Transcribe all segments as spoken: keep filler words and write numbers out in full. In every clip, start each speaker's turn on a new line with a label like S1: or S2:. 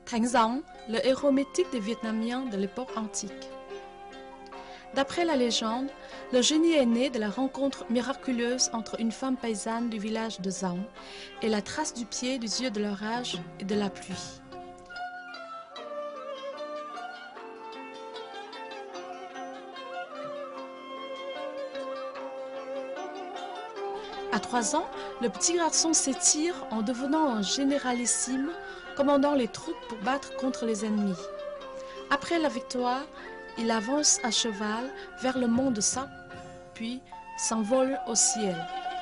S1: Thanh Dong, le héros mythique des Vietnamiens de l'époque antique. D'après la légende, le génie est né de la rencontre miraculeuse entre une femme paysanne du village de Zang et la trace du pied du dieu de l'orage et de la pluie. À trois ans, le petit garçon s'étire en devenant un généralissime, commandant les troupes pour battre contre les ennemis. Après la victoire, il avance à cheval vers le mont de Sac, puis s'envole au ciel.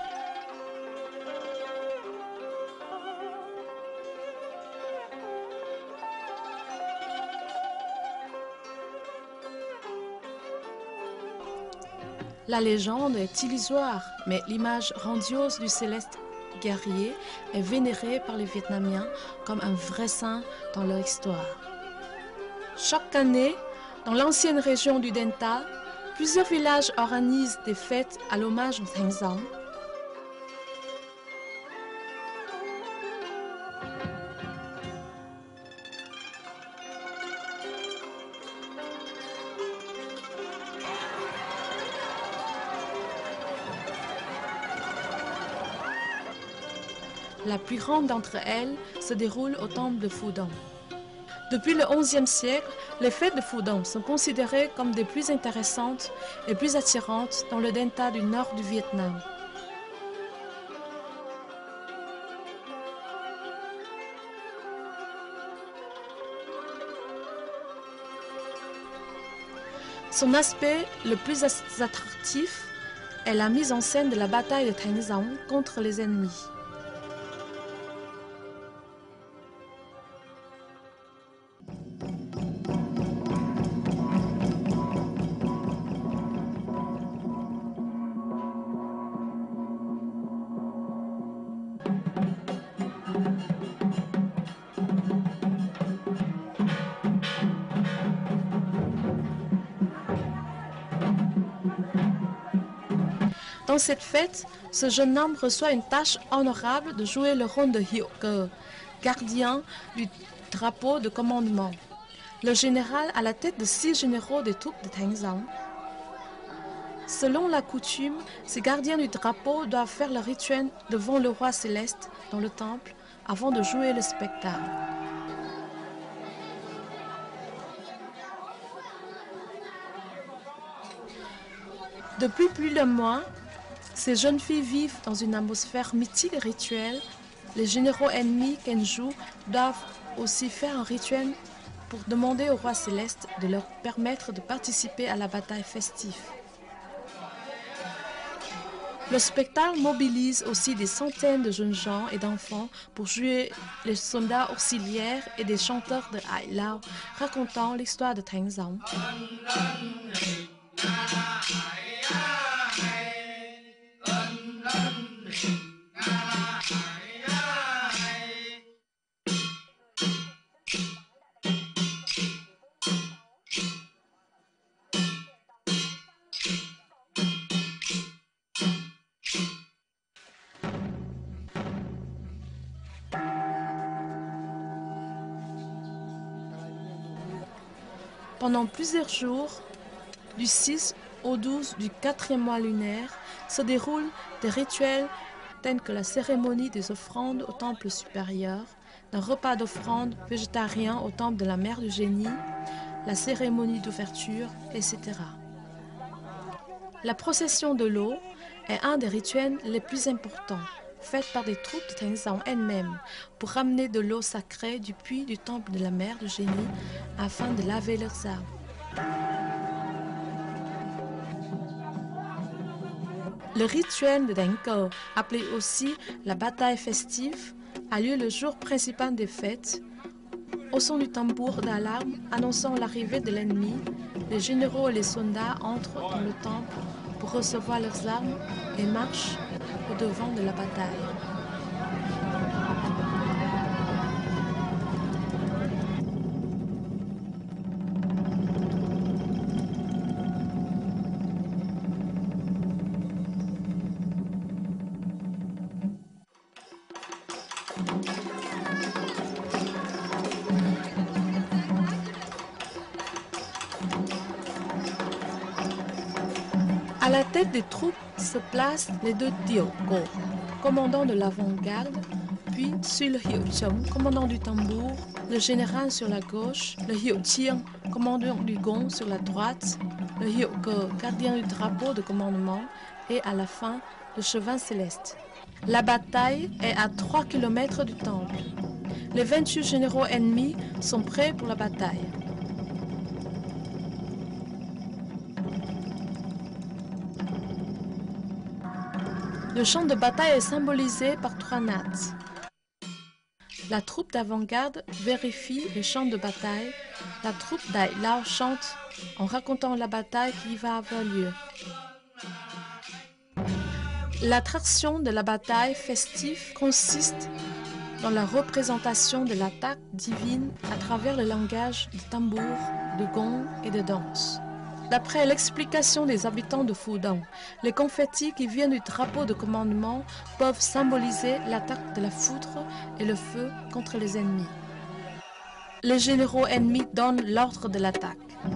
S1: La légende est illusoire, mais l'image grandiose du céleste guerrier est vénérée par les Vietnamiens comme un vrai saint dans leur histoire. Chaque année, dans l'ancienne région du Den Ta, plusieurs villages organisent des fêtes à l'hommage de Thanh Dong. La plus grande d'entre elles se déroule au temple de Phu Dong. Depuis le onzième siècle, les fêtes de Phu Dong sont considérées comme des plus intéressantes et plus attirantes dans le Den Ta du nord du Vietnam. Son aspect le plus attractif est la mise en scène de la bataille de Thanh Dong contre les ennemis. Dans cette fête, ce jeune homme reçoit une tâche honorable de jouer le rôle de Hieu Ke, gardien du drapeau de commandement. Le général à la tête de six généraux des troupes de Thanh Dong. Selon la coutume, ces gardiens du drapeau doivent faire le rituel devant le roi céleste dans le temple avant de jouer le spectacle. Depuis plus d'un mois, ces jeunes filles vivent dans une atmosphère mythique et rituelle. Les généraux ennemis qu'elles jouent doivent aussi faire un rituel pour demander au roi céleste de leur permettre de participer à la bataille festive. Le spectacle mobilise aussi des centaines de jeunes gens et d'enfants pour jouer les soldats auxiliaires et des chanteurs de Ai Lao racontant l'histoire de Thanh Dong. Pendant plusieurs jours, du six au douze du quatrième mois lunaire, se déroulent des rituels tels que la cérémonie des offrandes au temple supérieur, un repas d'offrande végétarien au temple de la mère du génie, la cérémonie d'ouverture, et cetera. La procession de l'eau est un des rituels les plus importants, faite par des troupes de Thanh Dong elles-mêmes pour ramener de l'eau sacrée du puits du temple de la mère du génie afin de laver leurs âmes. Le rituel de Deng Ko, appelé aussi la bataille festive, a lieu le jour principal des fêtes. Au son du tambour d'alarme annonçant l'arrivée de l'ennemi, les généraux et les soldats entrent dans le temple pour recevoir leurs armes et marchent au devant de la bataille. À la tête des troupes se placent les deux Tioko, commandant de l'avant-garde, puis suit le Hyochong, commandant du tambour, le général sur la gauche, le Hyochiang, commandant du gong sur la droite, le Hyoko, gardien du drapeau de commandement, et à la fin, le cheval céleste. La bataille est à trois kilomètres du temple. Les vingt-huit généraux ennemis sont prêts pour la bataille. Le champ de bataille est symbolisé par trois nattes. La troupe d'avant-garde vérifie le champ de bataille. La troupe d'Ai Lao chante en racontant la bataille qui va avoir lieu. L'attraction de la bataille festive consiste dans la représentation de l'attaque divine à travers le langage de tambour, de gong et de danse. D'après l'explication des habitants de Fudong, les confettis qui viennent du drapeau de commandement peuvent symboliser l'attaque de la foudre et le feu contre les ennemis. Les généraux ennemis donnent l'ordre de l'attaque.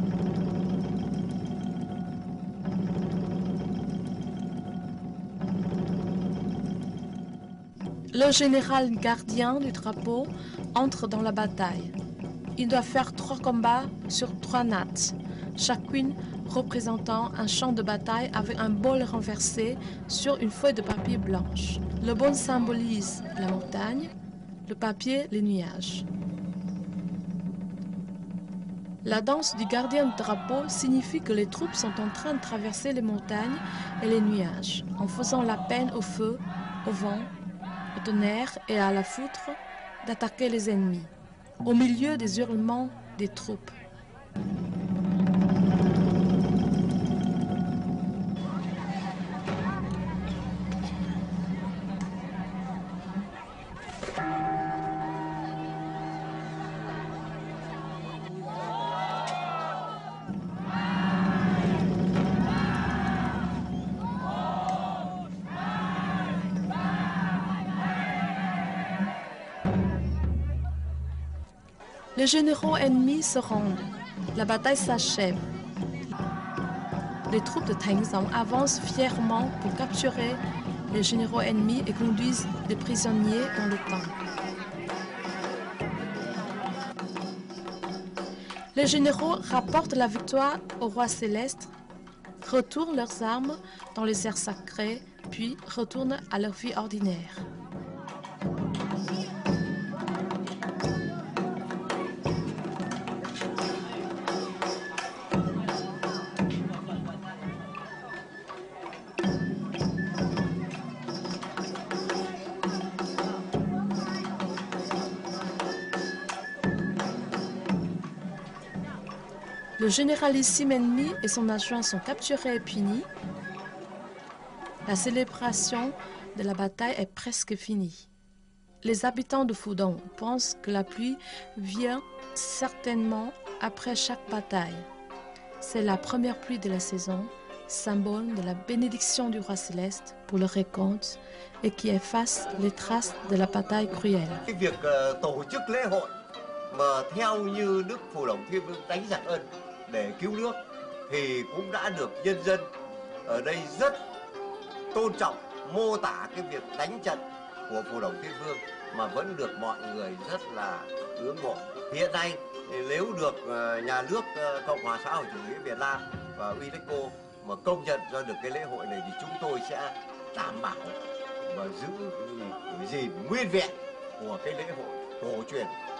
S1: Le général gardien du drapeau entre dans la bataille. Il doit faire trois combats sur trois nattes, chacune représentant un champ de bataille avec un bol renversé sur une feuille de papier blanche. Le bol symbolise la montagne, le papier les nuages. La danse du gardien du drapeau signifie que les troupes sont en train de traverser les montagnes et les nuages, en faisant la peine au feu, au vent, au tonnerre et à la foudre d'attaquer les ennemis, au milieu des hurlements des troupes. Les généraux ennemis se rendent. La bataille s'achève. Les troupes de Tengzong avancent fièrement pour capturer les généraux ennemis et conduisent les prisonniers dans le temple. Les généraux rapportent la victoire au roi céleste, retournent leurs armes dans les airs sacrés, puis retournent à leur vie ordinaire. Le généralissime ennemi et son adjoint sont capturés et punis. La célébration de la bataille est presque finie. Les habitants de Fudong pensent que la pluie vient certainement après chaque bataille. C'est la première pluie de la saison, symbole de la bénédiction du roi céleste pour le récolte et qui efface les traces de la bataille cruelle.
S2: Để cứu nước thì cũng đã được nhân dân ở đây rất tôn trọng, mô tả cái việc đánh trận của Phù Đổng Thiên Vương mà vẫn được mọi người rất là ưỡng mộ. Hiện nay nếu được nhà nước Cộng hòa xã hội chủ nghĩa Việt Nam và UNESCO mà công nhận ra được cái lễ hội này thì chúng tôi sẽ đảm bảo và giữ gìn nguyên vẹn của cái lễ hội cổ truyền